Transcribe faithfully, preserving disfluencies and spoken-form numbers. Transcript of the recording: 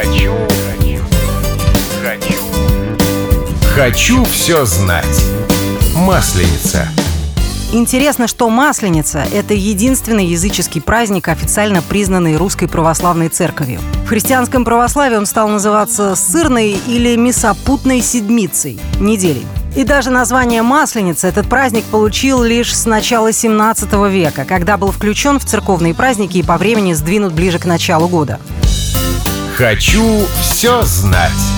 Хочу, хочу, хочу. Хочу все знать. Масленица. Интересно, что Масленица – это единственный языческий праздник, официально признанный Русской Православной Церковью. В христианском православии он стал называться сырной или мясопутной седмицей – неделей. И даже название Масленица этот праздник получил лишь с начала семнадцатого века, когда был включен в церковные праздники и по времени сдвинут ближе к началу года. Хочу все знать.